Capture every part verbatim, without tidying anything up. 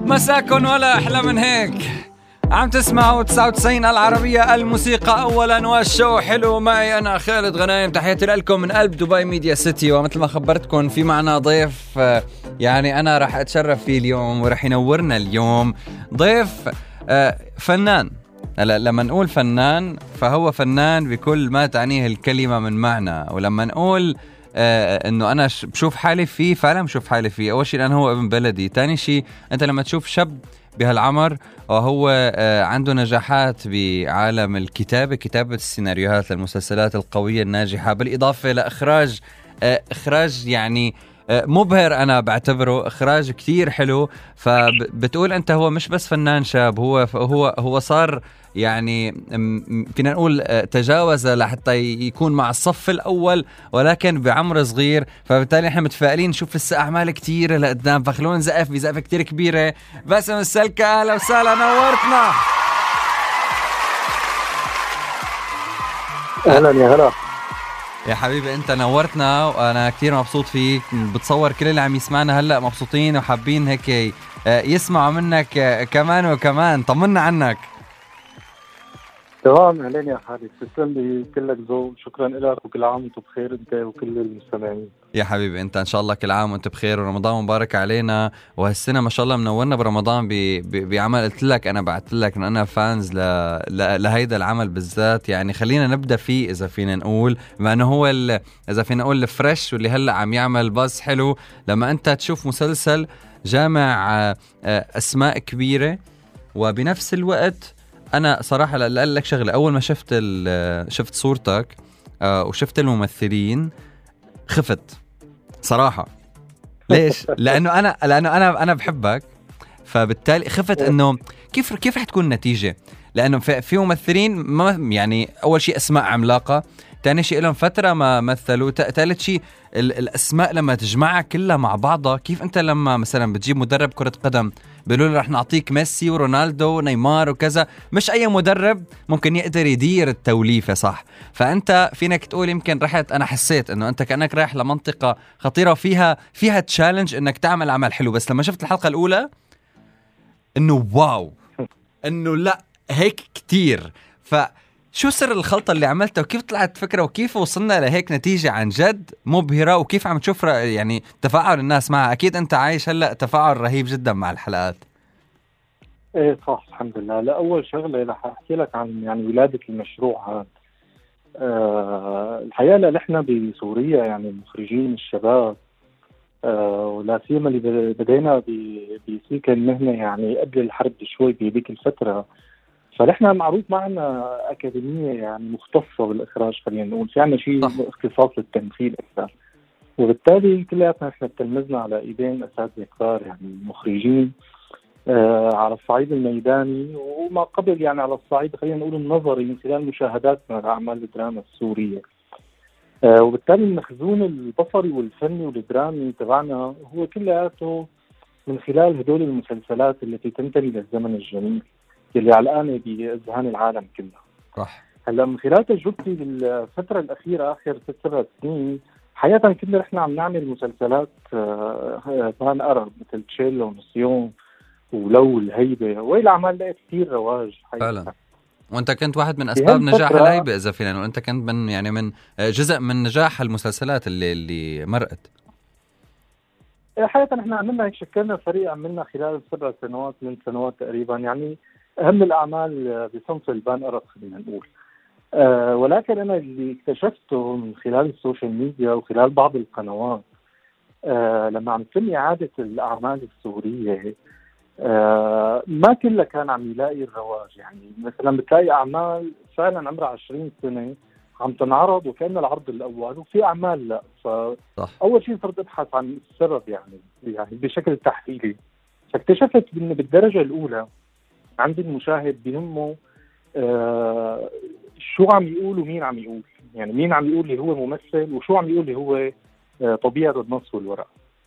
مساكن ولا أحلى من هيك. عم تسمعوا تسعة وتسعين العربية، الموسيقى أولا والشو حلو. معي أنا خالد غنايم، تحياتي لكم من قلب دبي ميديا سيتي. ومثل ما خبرتكم في معنا ضيف، يعني أنا رح أتشرف فيه اليوم ورح ينورنا اليوم. ضيف فنان. هلا لما نقول فنان فهو فنان بكل ما تعنيه الكلمة من معنى. ولما نقول آه انه انا بشوف حالي فيه، فعلا بشوف حالي فيه. اول شيء لانه هو ابن بلدي، تاني شيء انت لما تشوف شاب بهالعمر وهو آه عنده نجاحات بعالم الكتابة، كتابة السيناريوهات للمسلسلات القوية الناجحة، بالإضافة لإخراج آه إخراج يعني آه مبهر. أنا بعتبره إخراج كتير حلو. فبتقول أنت هو مش بس فنان شاب، هو هو هو صار يعني فينا نقول تجاوز لحتى يكون مع الصف الأول، ولكن بعمر صغير. فبالتالي احنا متفائلين نشوف لسه أعمال كتيرة لقدام. فخلونا نزقف بزقفة كتير كبيرة. باسم السلكة، أهلا وسهلا، نورتنا. أهلا يا هلا يا حبيبي، أنت نورتنا وأنا كتير مبسوط فيك. بتصور كل اللي عم يسمعنا هلأ مبسوطين وحابين هيك يسمعوا منك كمان وكمان. طمنا عنك. تمام، أهلين يا خالد، تسلم لي، كلك ذوق. شكرا لك وكل عام وانتم بخير انت وكل المستمعين. يا حبيبي انت ان شاء الله كل عام وانت بخير ورمضان مبارك علينا. وهالسنه ما شاء الله منورنا برمضان بعمل. قلت لك انا بعت لك ان انا فانز ل... ل... لهيدا العمل بالذات. يعني خلينا نبدا فيه اذا فينا نقول، بما انه هو ال... اذا فينا نقول الفريش واللي هلا عم يعمل باز حلو. لما انت تشوف مسلسل جامع اسماء كبيره وبنفس الوقت، انا صراحه لا لك شغله. اول ما شفت شفت صورتك آه وشفت الممثلين خفت صراحه. ليش؟ لانه انا لانه انا انا بحبك، فبالتالي خفت انه كيف كيف رح تكون النتيجه. لانه في, في ممثلين ما يعني اول شيء اسماء عملاقه، ثاني شيء لهم فتره ما مثلوا، ثالث شيء الاسماء لما تجمعها كلها مع بعضها. كيف انت لما مثلا بتجيب مدرب كره قدم بيقولوا له رح نعطيك ميسي ورونالدو ونيمار وكذا، مش اي مدرب ممكن يقدر يدير التوليفه صح. فانت فينك تقول يمكن رحت، انا حسيت انه انت كانك رايح لمنطقه خطيره وفيها فيها تشالنج انك تعمل عمل حلو. بس لما شفت الحلقه الاولى انه واو، انه لا هيك كتير. فشو سر الخلطة اللي عملتها وكيف طلعت فكرة وكيف وصلنا لهيك نتيجة عن جد مبهرة؟ وكيف عم تشوف يعني تفاعل الناس معها؟ أكيد أنت عايش هلأ تفاعل رهيب جدا مع الحلقات. ايه صح، الحمد لله. لأول شغلة رح أحكي لك عن يعني ولادة المشروع هذا. أه الحقيقة نحن بسوريا يعني المخرجين الشباب أه ولا سيما اللي بدينا بسيكا المهنة يعني قبل الحرب شوي بهذيك الفترة. فنحن معروف معنا أكاديمية يعني مختصة بالإخراج، خلينا نقول في عنا شيء اختصاص للتمثيل أكثر، وبالتالي كلياتنا احنا تلمذنا على ايدين اساتذه كبار يعني مخرجين آه على الصعيد الميداني وما قبل يعني على الصعيد خلينا نقول النظري من خلال مشاهداتنا لاعمال الدراما السوريه. آه وبالتالي المخزون البصري والفني والدرامي تبعنا هو كلياته من خلال هدول المسلسلات التي تنتمي للزمن الجميل اللي علقانه باذهان العالم كلها. صح. هلا من خلال تجربتي بالفتره الاخيره اخر ست سبع سنين حقيقة كنا رحنا عم نعمل مسلسلات بان أرب مثل تشيلو ونسيون ولو الهيبة، وهي الأعمال لقيت كتير رواج فعلا. وانت كنت واحد من أسباب نجاح الهيبة إذا فينا، وانت كنت من يعني من جزء من نجاح المسلسلات اللي اللي مرقت. حقيقة احنا عملنا هيك، شكلنا فريق عملنا خلال سبع سنوات من سنوات تقريبا يعني أهم الأعمال بصنف البان أرب خلينا نقول. أه ولكن أنا اللي اكتشفته من خلال السوشيال ميديا وخلال بعض القنوات أه لما عم تم إعادة الأعمال السورية أه ما كلها كان عم يلاقي الرواج. يعني مثلا بتلاقي أعمال فعلا عمرها عشرين سنة عم تنعرض وكأن العرض الأول، وفي أعمال لا. فأول شيء صرت أبحث عن السبب يعني يعني بشكل تحليلي، فاكتشفت إن بالدرجة الأولى عند المشاهد بهمه أه شو عم يقول ومين عم يقول، يعني مين عم يقول اللي هو ممثل وشو عم يقول اللي هو طبيعة النص والورق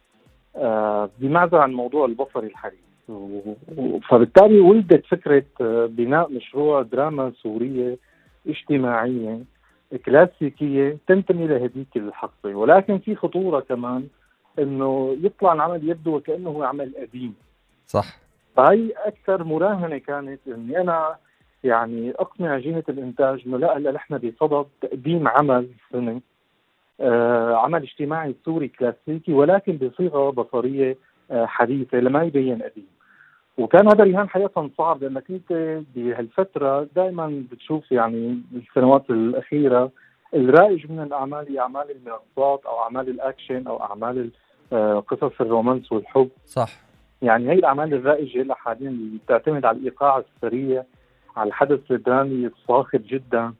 آه بمعزل عن موضوع البصري الحديث. فبالتالي ولدت فكرة بناء مشروع دراما سورية اجتماعية كلاسيكية تنتمي لهذيك الحقبة، ولكن في خطورة كمان انه يطلع العمل يبدو وكأنه هو عمل قديم. صح. فهي أكثر مراهنة كانت إني أنا يعني أقنع جهة الإنتاج إنه لا لا نحن بصدد تقديم عمل سنة، آه عمل اجتماعي سوري كلاسيكي ولكن بصيغة بصرية آه حديثة لما يبين قديم. وكان هذا رهان حقيقة صعب، لأنك أنت بهالفترة دائما بتشوف يعني السنوات الأخيرة الرائج من الأعمال هي أعمال المنصات أو أعمال الأكشن أو أعمال آه قصص الرومانس والحب. صح. يعني هي الأعمال الرائجة إلى حاليا اللي بتعتمد على الإيقاع السريع، على الحدث الدرامي الصاخب جدا،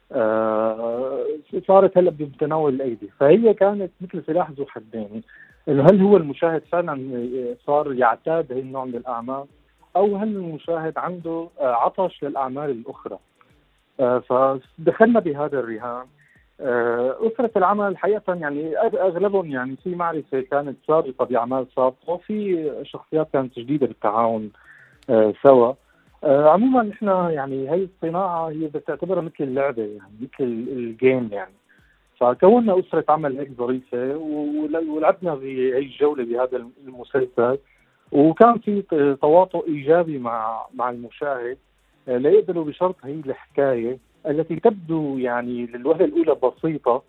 آه صارت هلا بمتناول الأيدي. فهي كانت مثل سلاح ذو حدين، إنه هل هو المشاهد فعلا صار يعتاد هي النوع من الأعمال، أو هل المشاهد عنده آه عطش للأعمال الأخرى. آه فدخلنا بهذا الرهان. أسرة العمل حقيقة يعني أغلبهم يعني في معرفة كانت سابقة بأعمال سابقة، وفي شخصيات كانت جديدة بالتعاون سوا. عموما نحن يعني هي الصناعة هي بتعتبرها مثل اللعبة، يعني مثل الجيم يعني. فكوننا أسرة عمل هيك ظريفة ولعبنا بهي الجولة بهذا المسلسل، وكان في تواطؤ إيجابي مع مع المشاهد ليقبلوا بشرط هي الحكاية التي تبدو يعني للوهلة الأولى بسيطة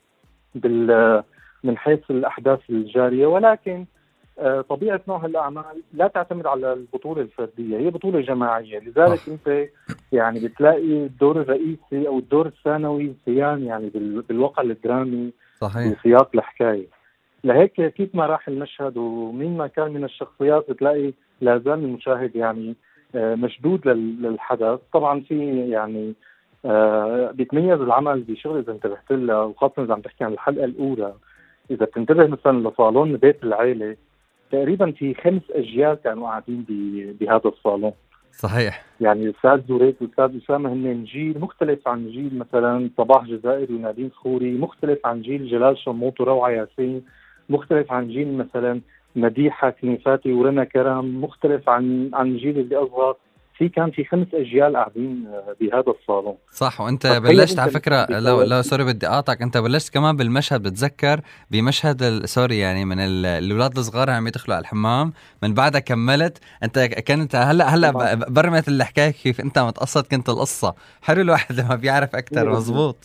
بال من حيث الأحداث الجارية، ولكن طبيعة نوع الأعمال لا تعتمد على البطولة الفردية، هي بطولة جماعية. لذلك أوه. أنت يعني بتلاقي الدور الرئيسي أو الدور الثانوي سيان يعني بالواقع الدرامي. صحيح. بسياق الحكاية. لهيك كيف ما راح المشهد ومين ما كان من الشخصيات بتلاقي لا زال المشاهد يعني مشدود للحدث. طبعا في يعني آه بيتميز العمل بشغل اذا انتبهت لها، وخاصه اذا عم تحكي عن الحلقه الاولى. اذا بتنتبه مثلا لصالون بيت العيله، تقريبا في خمس اجيال كانوا قاعدين بهذا الصالون. صحيح. يعني الاستاذ زوريت والاستاذ اسامه هن جيل مختلف عن جيل مثلا صباح جزائري ونادين خوري، مختلف عن جيل جلال شموط وروعه ياسين، مختلف عن جيل مثلا مديحه كنيفاتي ورنا كرم، مختلف عن عن جيل اللي اصغر. في كان في خمس اجيال قاعدين بهذا الصالون. صح. وانت بلشت على فكره لو لو سوري بدي اقاطعك، انت بلشت كمان بالمشهد، بتذكر بمشهد سوري يعني من الاولاد الصغار عم يدخلوا على الحمام، من بعدها كملت انت كنت هلا هلا برمت الحكايه كيف انت متقصد كنت القصه. حلو الواحد لما بيعرف اكثر. مزبوط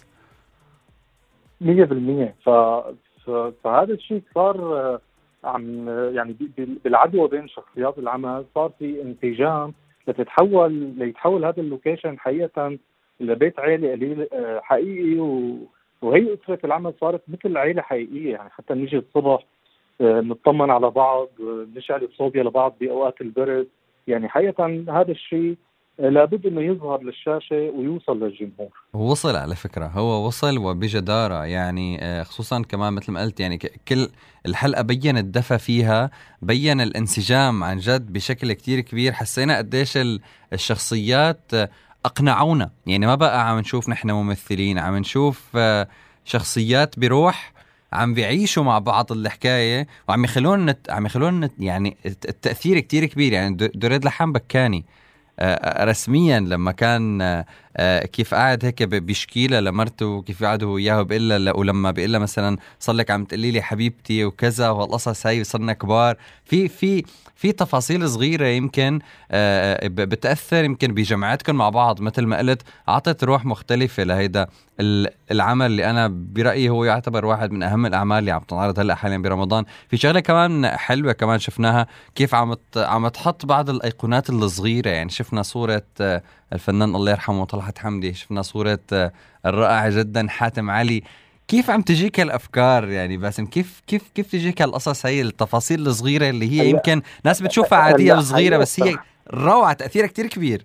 مية بالمية. ف... فهذا الشيء صار عم يعني بالعدوى بين شخصيات العمل، صار في انسجام لتتحول ليتحول هذا اللوكيشن حقيقة لبيت عائلة قليل حقيقي. وهي أسرة العمل صارت مثل عائلة حقيقية، يعني حتى نيجي الصبح نطمن على بعض، نشعل الصوبيا لبعض بأوقات البرد. يعني حقيقة هذا الشيء لابد انه يظهر للشاشه ويوصل للجمهور. وصل على فكره، هو وصل وبجداره يعني، خصوصا كمان مثل ما قلت يعني كل الحلقه بين الدفى فيها، بين الانسجام عن جد بشكل كتير كبير. حسينا قديش الشخصيات اقنعونا، يعني ما بقى عم نشوف نحن ممثلين، عم نشوف شخصيات بروح عم بيعيشوا مع بعض الحكايه، وعم يخلون عم يخلون يعني التاثير كتير كبير. يعني دريد لحام بكاني رسميا لما كان كيف قاعد هيك بيشكيلها لمرته، كيف قاعد هو وياها بيقول لها، ولما بيقول لها مثلا صار لك عم تقولي لي حبيبتي وكذا والقصص هاي صرنا كبار، في في في تفاصيل صغيره يمكن بتاثر يمكن بجمعتكم مع بعض. مثل ما قلت عطت روح مختلفه لهيدا العمل اللي انا برايي هو يعتبر واحد من اهم الاعمال اللي عم تنعرض هلا حاليا برمضان. في شغله كمان حلوه كمان شفناها، كيف عم عم تحط بعض الايقونات الصغيره. يعني شفنا صوره الفنان الله يرحمه طلعت حمدي، شفنا صوره الرائع جدا حاتم علي. كيف عم تجيك هالافكار يعني باسم؟ كيف كيف كيف تجيك هالقصص هي التفاصيل الصغيره اللي هي يمكن ناس بتشوفها عاديه وصغيره، بس هي روعه تاثيرها كتير كبير.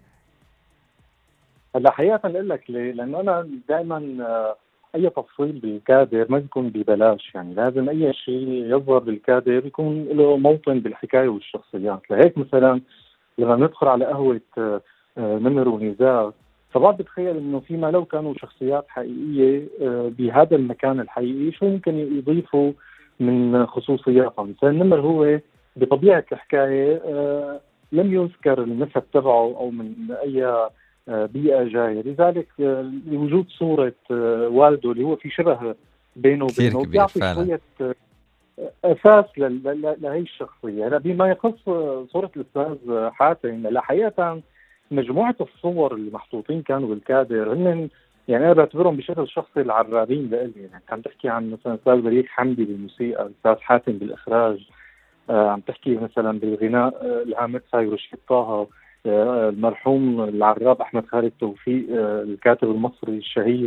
هلا حقيقه اقول لك ليه، لانه انا دائما اي تفصيل بالكادر ما بيكون ببلاش، يعني لازم اي شيء يظهر بالكادر يكون له موطن بالحكايه والشخصيات. لهيك مثلا لما ندخل على قهوه منر ونزار، فبعد بتخيل انه فيما لو كانوا شخصيات حقيقيه بهذا المكان الحقيقي شو ممكن يضيفوا من خصوصياتهم. فالنمر هو بطبيعه الحكايه لم يذكر النسب تبعه او من اي بيئه جايه، لذلك لوجود صوره والده اللي هو في شبه بينه وبينه بيعطي شويه اساس ل- ل- ل- لهي الشخصيه. هلا بما يخص صوره الاستاذ حاتم، لا حقيقه مجموعه الصور اللي محطوطين كانوا بالكادر هن يعني انا بعتبرهم بشكل شخصي العرابين لإلي. يعني عم تحكي عن مثلا الاستاذ بليغ حمدي بالموسيقى، الاستاذ حاتم بالاخراج، آه، عم تحكي مثلا بالغناء آه، الهام مدفعي ورشيد طه، آه، المرحوم العراب احمد خالد توفيق، آه، الكاتب المصري الشهير،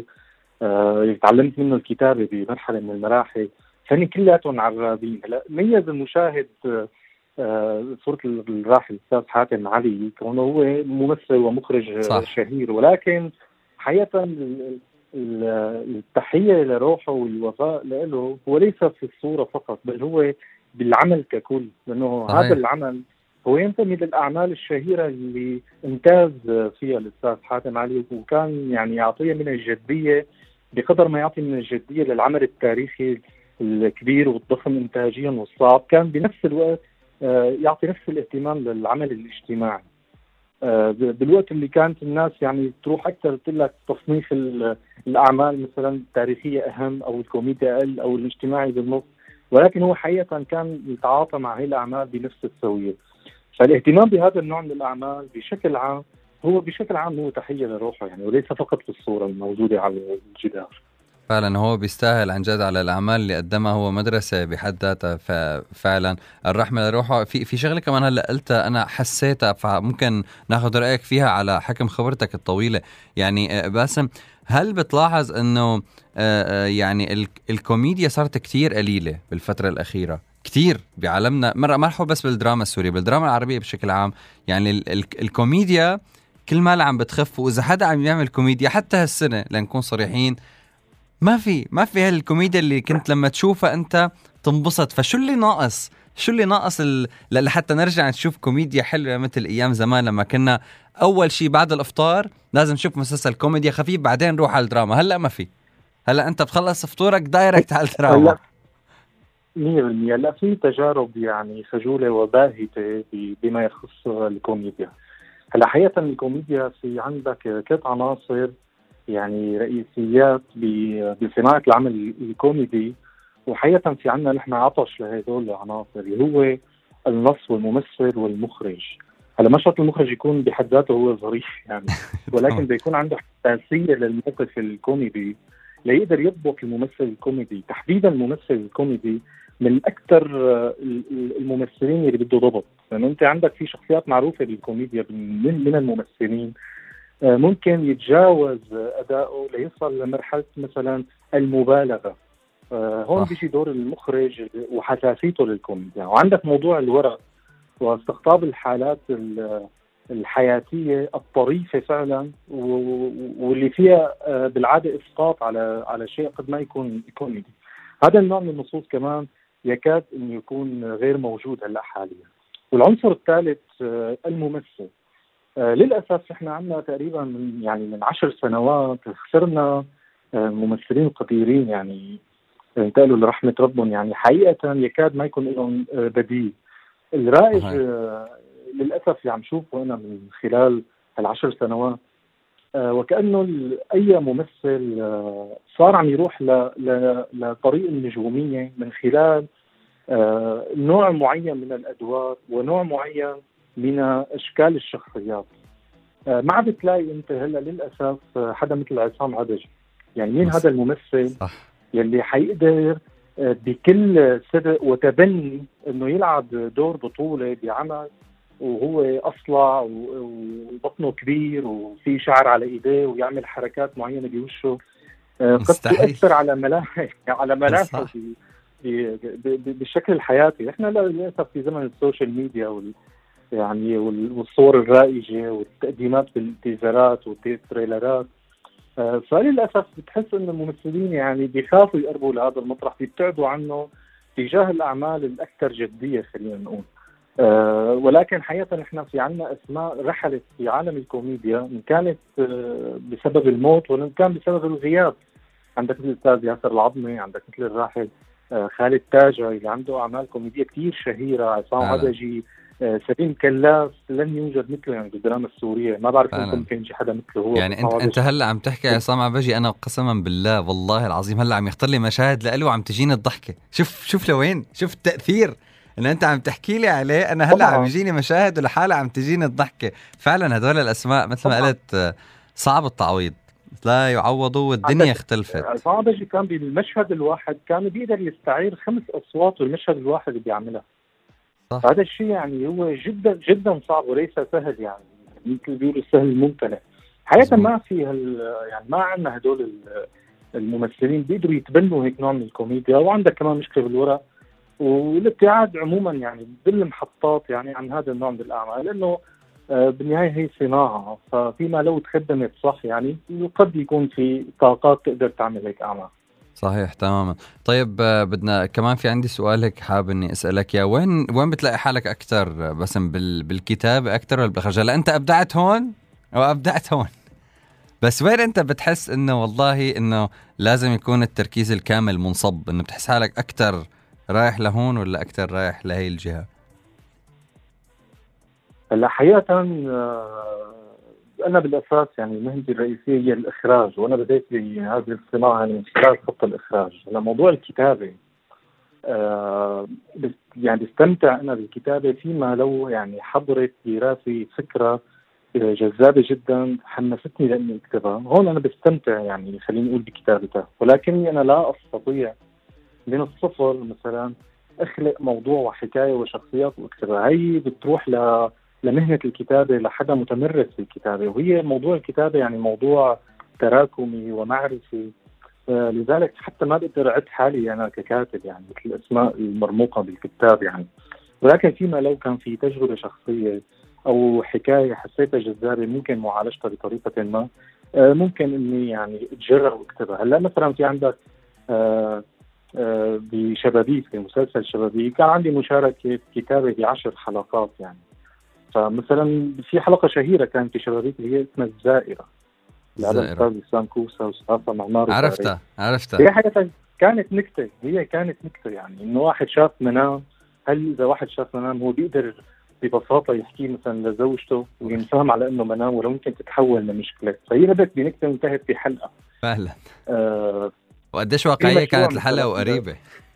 آه، تعلمت منه الكتابه بمرحله من المراحل. فهن كلياتهم عرابين. هلا ميز المشاهد آه، آه، صورة الراحل الأستاذ حاتم علي كونه هو ممثل ومخرج آه، صح. شهير، ولكن حقيقة ال- ال- التحية لروحه والوفاء له هو ليس في الصورة فقط، بل هو بالعمل ككل، لأنه هذا صحيح. العمل هو ينتمي للأعمال الشهيرة اللي امتاز فيها الأستاذ حاتم علي، وكان يعني يعطيها من الجدية بقدر ما يعطي من الجدية للعمل التاريخي الكبير والضخم إنتاجيا والصعب، كان بنفس الوقت آه، يعطي نفس الاهتمام للعمل الاجتماعي. آه، ب- بالوقت اللي كانت الناس يعني تروح اكثر تقول لك تصنيف ال- الاعمال مثلا التاريخيه اهم او الكوميديا اقل او الاجتماعي بالنص، ولكن هو حقيقه كان يتعاطى مع هي الاعمال بنفس السويه. فالاهتمام بهذا النوع من الاعمال بشكل عام هو بشكل عام هو تحيه لروحه يعني، وليس فقط في الصوره الموجوده على الجدار. فعلا هو بيستاهل عن جد على الأعمال اللي قدمها، هو مدرسة بحد ذاتها. ففعلا الرحمة لروحه. في في شغلة كمان هلا قلتها أنا حسيتها، فممكن ناخذ رأيك فيها على حكم خبرتك الطويلة. يعني آه، باسم، هل بتلاحظ إنه آه، آه، يعني ال- الكوميديا صارت كتير قليلة بالفترة الأخيرة كتير بعالمنا؟ مرة ما بس بالدراما السورية، بالدراما العربية بشكل عام. يعني ال ال الكوميديا كل ما عم بتخف، وإذا حدا عم يعمل كوميديا حتى هالسنة لنكون صريحين، ما في ما في هالكوميديا اللي كنت لما تشوفها انت تنبسط. فشو اللي ناقص؟ شو اللي ناقص ال... ل- لحتى نرجع نشوف كوميديا حلوة مثل ايام زمان لما كنا اول شيء بعد الافطار لازم نشوف مسلسل كوميديا خفيف بعدين نروح على الدراما؟ هلا ما في. هلا انت بتخلص فطورك دايركت على الدراما. هلا مية بالمية لا، في تجارب يعني خجولة وباهتة ب- بما يخص الكوميديا. هلا حقيقة الكوميديا في عندك ثلاث عناصر يعني رئيسيات ب- بصناعة العمل الكوميدي، وحقيقة في عنا نحن عطش لهدول العناصر اللي هو النص والممثل والمخرج. هلا مش شرط المخرج يكون بحد ذاته هو ظريف يعني، ولكن بيكون عنده حساسية للموقف الكوميدي ليقدر يضبط الممثل الكوميدي. تحديدا الممثل الكوميدي من أكثر آه، الممثلين اللي بده ضبط، لأنه يعني أنت عندك في شخصيات معروفة بالكوميديا من من الممثلين آه، ممكن يتجاوز أداؤه ليصل لمرحلة مثلا المبالغة. آه، هون صح. بيجي دور المخرج وحساسيته للكوميديا. وعندك موضوع الورق واستقطاب الحالات ال- الحياتية الطريفة فعلا و- واللي فيها آه، بالعادة إسقاط على على شيء قد ما يكون كوميدي. هذا النوع من النصوص كمان يكاد أن يكون غير موجود هلا حاليا. والعنصر الثالث آه، الممثل. آه، للأسف احنا عندنا تقريبا من يعني من عشر سنوات خسرنا آه، ممثلين قديرين يعني انتقلوا لرحمة ربهم، يعني حقيقة يكاد ما يكون لهم آه، بديل. الرائج صحيح. آه، للأسف اللي عم شوفه أنا من خلال العشر سنوات آه، وكأنه ال- أي ممثل آه، صار عم يروح ل- ل- لطريق النجومية من خلال آه، نوع معين من الأدوار ونوع معين من أشكال الشخصيات. آه، ما عاد تلاقي أنت هلا للأسف آه، حدا مثل عصام عدجي. يعني مين بس هذا الممثل صح. يلي حيقدر آه، بكل صدق وتبني انه يلعب دور بطولة بعمل وهو اصلع و- وبطنه كبير وفي شعر على ايديه ويعمل حركات معينة بوشه آه، قد مستحيل. تؤثر على ملامح على ملامحه صح. ب- ب- ب- بالشكل الحياتي. احنا للاسف في زمن السوشيال ميديا وال يعني وال- والصور الرائجة والتقديمات بالتيزرات والتريلرات، آه، فللاسف بتحس ان الممثلين يعني بيخافوا يقربوا لهذا المطرح، بيبتعدوا عنه تجاه الاعمال الاكثر جديه خلينا نقول. أه ولكن حقيقه نحن في عنا اسماء رحلت في عالم الكوميديا، ان كانت أه بسبب الموت وان كان بسبب الغياب. عندك مثل الاستاذ ياسر العظمي، عندك مثل الراحل أه خالد تاجة اللي عنده اعمال كوميديه كثير شهيره، عصام فعلا. عدجي، آه، سليم كلاف لن يوجد مثله يعني بالدراما السورية. ما بعرف ممكن كان يجي حدا مثله هو. يعني انت انت هلا عم تحكي عصام عبجي، انا قسما بالله والله العظيم هلا عم يختار لي مشاهد لإله وعم تجيني الضحكه. شوف شوف لوين، شوف التاثير ان انت عم تحكي لي عليه. انا هلا عم يجيني مشاهد ولحالها عم تجيني الضحكه. فعلا هدول الاسماء مثل ما قلت صعب التعويض، لا يعوضوا والدنيا اختلفت. عصام عبجي كان بالمشهد الواحد كان بيقدر يستعير خمس اصوات والمشهد الواحد اللي بيعملها. صح. هذا الشيء يعني هو جدا جدا صعب وليس سهل، يعني مثل بيقولوا السهل الممتنع. حقيقة ما في هال يعني ما عندنا هدول الممثلين بيقدروا يتبنوا هيك نوع من الكوميديا. وعندك كمان مشكلة بالورق والابتعاد عموما يعني بالمحطات يعني عن هذا النوع من الأعمال، لأنه بالنهاية هي صناعة، فيما لو تخدمت صح يعني قد يكون في طاقات تقدر تعمل هيك أعمال. صحيح تماما. طيب بدنا كمان في عندي سؤال هيك حابب اني اسالك يا وين وين بتلاقي حالك اكثر، بس بال بالكتابه اكثر ولا بالاخراج؟ لا انت ابدعت هون او ابدعت هون، بس وين انت بتحس انه والله انه لازم يكون التركيز الكامل منصب، انه بتحس حالك اكثر رايح لهون ولا اكثر رايح لهي الجهه؟ هلا حقيقه انا بالاساس يعني مهنتي الرئيسيه هي الاخراج، وانا بديت بهذه الصناعه من خلال خط الاخراج. هلا موضوع الكتابه آه يعني بستمتع انا بالكتابه فيما لو يعني حضرت براسي فكره جذابه جدا حمستني لاني اكتبها، هون انا بستمتع يعني خليني اقول بكتابتها. ولكني انا لا استطيع من الصفر مثلا اخلق موضوع وحكايه وشخصيات واكتبها. هي بتروح ل لمهنة الكتابة لحدا متمرس في الكتابة، وهي موضوع الكتابة يعني موضوع تراكمي ومعرفي. لذلك حتى ما بقدر أعد حالي أنا ككاتب يعني مثل الأسماء المرموقة بالكتاب يعني. ولكن فيما لو كان في تجربة شخصية أو حكاية حسيتها جذابة ممكن معالجتها بطريقة ما، ممكن إني يعني أتجرأ وأكتبها. هلا مثلا في عندك آه آه بشبابيك، في مسلسل شبابيك كان عندي مشاركة كتابة بعشر حلقات يعني. فمثلا في حلقة شهيرة كانت في شبابيك اللي هي اسمها الزائرة، لهذا الأستاذ إسلام كوسا وصحافة معمار. عرفتها عرفتها هي حقيقة كانت نكتة، هي كانت نكتة يعني إنه واحد شاف منام. هل إذا واحد شاف منام هو بيقدر ببساطة يحكي مثلا لزوجته وينفهم على إنه منام ولا ممكن تتحول لمشكلة؟ فهي بدت بنكتة وانتهت بحلقة فعلا. آه وقديش واقعية كانت الحلقة وقريبة.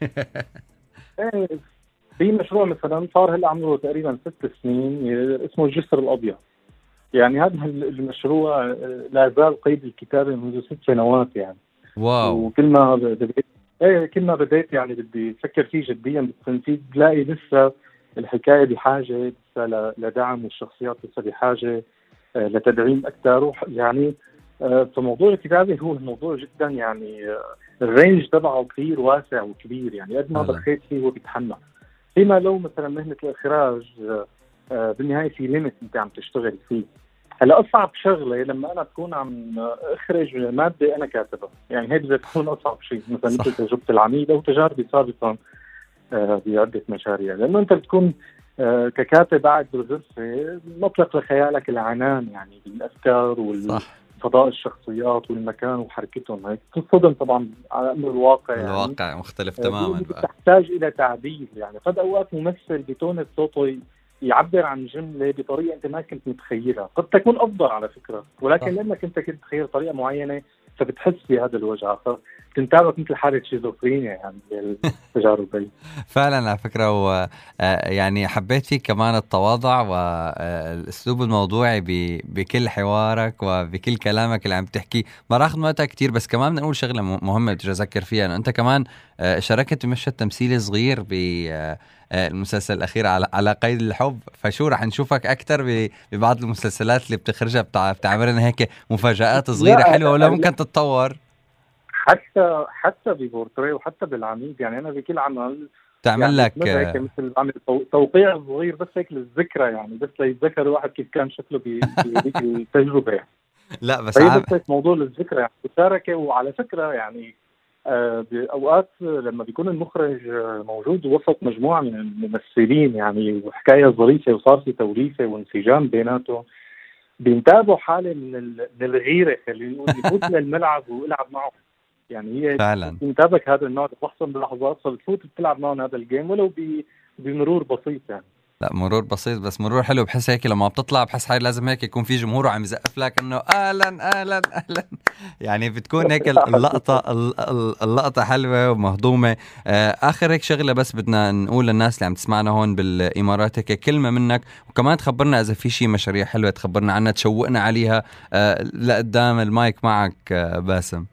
في مشروع مثلا صار هلا عمره تقريبا ست سنين اسمه الجسر الابيض. يعني هذا المشروع لا زال قيد الكتابه منذ ست سنوات يعني. واو. وكل ما بديت ايه كل ما بديت يعني بدي افكر فيه جديا بالتنفيذ بلاقي لسه الحكايه بحاجه لسه لدعم، والشخصيات لسه بحاجه لتدعيم اكثر يعني. فموضوع الكتابه هو الموضوع جدا يعني الرينج تبعه كثير واسع وكبير يعني. قد ما بخيت فيه هو بيتحمل. فيما لو مثلا مهنة الإخراج بالنهاية في ليميت أنت عم تشتغل فيه. هلا أصعب شغلة لما أنا أكون عم أخرج مادة أنا كاتبها، يعني هي بتكون أصعب شيء. مثلا مثل تجربة العميد أو تجاربي سابقا بعدة مشاريع، لأنه أنت بتكون ككاتب قاعد بالغرفة مطلق لخيالك العنان يعني بالأفكار والفضاء الشخصيات والمكان وحركتهم. هيك تصدم طبعا على أمر الواقع يعني الواقع مختلف تماما. تحتاج إلى تعديل يعني. قد أوقات ممثل بتون صوته يعبر عن جملة بطريقة أنت ما كنت متخيلها، قد تكون أفضل على فكرة، ولكن لأنك أنت كنت تخيل طريقة معينة فبتحس بهذا الوجع، فتنتابك مثل حالة شيزوفرينيا يعني بالتجارب دي. فعلا على فكرة. و يعني حبيت فيك كمان التواضع والأسلوب الموضوعي بكل حوارك وبكل كلامك اللي عم تحكي. ما راح أخذ وقتها كتير، بس كمان بدنا نقول شغلة مهمة بدي أذكر فيها، أنه أنت كمان شاركت بمشهد تمثيلي صغير ب المسلسل الأخير على على قيد الحب. فشو رح نشوفك أكتر ببعض المسلسلات اللي بتخرجها بتاع بتعملنا هيك مفاجآت صغيرة حلوة ولا ممكن تتطور؟ حتى حتى ببورتريه وحتى بالعميد يعني أنا بكل عمل تعمل يعني لك هيك مثل بعمل توقيع صغير بس هيك للذكرى يعني، بس ليتذكر الواحد كيف كان شكله بهذيك التجربة يعني. لا بس عم... بس موضوع للذكرى يعني مشاركة. وعلى فكرة يعني آه بأوقات لما بيكون المخرج موجود وسط مجموعة من الممثلين يعني وحكاية ظريفة وصار في توليفة وانسجام بيناتهم، بينتابوا حالة من الغيرة خلينا نقول يفوت للملعب ويلعب معه يعني. هي فعلا بينتابك هذا النوع بتحصل باللحظات فبتفوت بتلعب معهم هذا الجيم ولو بمرور بسيط يعني. لا مرور بسيط بس مرور حلو. بحس هيك لما بتطلع بحس حالي لازم هيك يكون في جمهور وعم يزقف لك انه اهلا اهلا اهلا. يعني بتكون هيك اللقطه اللقطه حلوه ومهضومه. اخر هيك شغله بس بدنا نقول للناس اللي عم تسمعنا هون بالامارات هيك كلمه منك، وكمان تخبرنا اذا في شيء مشاريع حلوه تخبرنا عنها تشوقنا عليها لقدام. المايك معك باسم.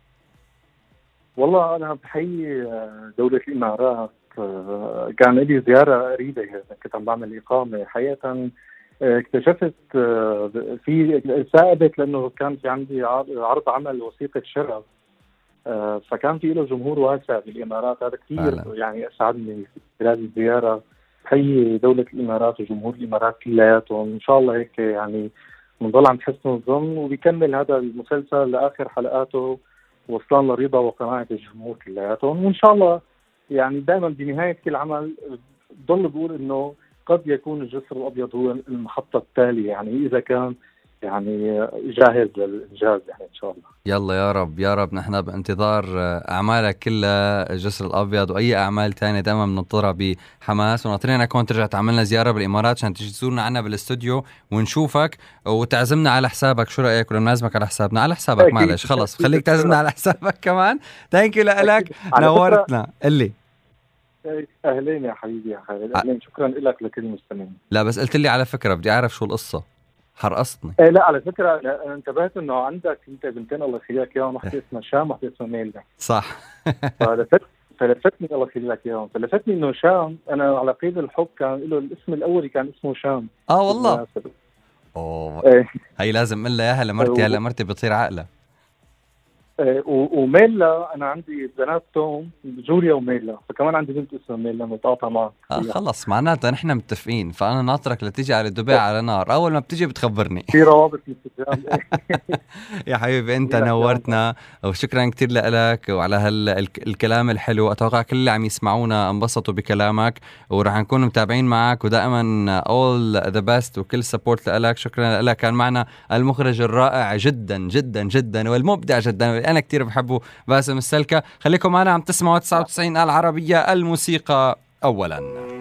والله انا بحيي دوله الامارات. كان لي زيارة قريبة، كنت عم بعمل إقامة. حقيقة اكتشفت في سائبت لأنه كان في عندي عرض عمل وثيقة شرف، فكان في له جمهور واسع بالإمارات. هذا كثير يعني أسعدني خلال الزيارة. حي دولة الإمارات وجمهور الإمارات كلياتهم. إن شاء الله هيك يعني بنضل عم تحسن الظن، وبيكمل هذا المسلسل لآخر حلقاته وصلان لرضا وقناعة الجمهور كلياتهم. وإن شاء الله يعني دائما بنهاية كل عمل ضل بقول انه قد يكون الجسر الابيض هو المحطة التالية، يعني اذا كان يعني جاهز للانجاز يعني ان شاء الله. يلا يا رب يا رب. نحن بانتظار اعمالك كلها، الجسر الابيض واي اعمال تانية دائما بننطرها بحماس، وناطرينك كون ترجع تعملنا زيارة بالامارات عشان تيجي تزورنا عنا بالاستوديو ونشوفك وتعزمنا على حسابك. شو رايك؟ ولا نعزمك على حسابنا؟ على حسابك معلش خلص خليك تعزمنا على حسابك كمان. ثانك يو لك، نورتنا. قلي اهلين يا حبيبي يا خالد. اهلين، شكرا لك لكل المستمعين. لا بس قلت لي على فكره بدي اعرف شو القصه، حرقصتني. ايه لا على فكره انا انتبهت انه عندك انت بنتين الله يخليك اياهم، واحده اسمها شام واحده اسمها ميلا. صح. فلفت فلفتني الله يخليك اياهم فلفتني انه شام انا على قيد الحب كان له الاسم الاولي كان اسمه شام. اه والله. اوه ايه. هي لازم اقول لها اياها لمرتي، هلا مرتي بتصير عاقله. وميلا انا عندي بنات توم جوليا وميلا، فكمان عندي بنت اسمها ميلا متقاطعه معها. اه خلص معناتها نحن متفقين، فانا ناطرك لتيجي على دبي على نار، اول ما بتيجي بتخبرني. في روابط انستغرام. يا حبيبي انت نورتنا، وشكرا كتير لك وعلى هالكلام الحلو. اتوقع كل اللي عم يسمعونا انبسطوا بكلامك، وراح نكون متابعين معك، ودائما all the best وكل سبورت لك. شكرا لك. كان معنا المخرج الرائع جدا جدا جدا والمبدع جدا أنا كتير بحبه باسم السلكة. خليكم معنا عم تسمعوا تسعة وتسعين العربية، الموسيقى أولا.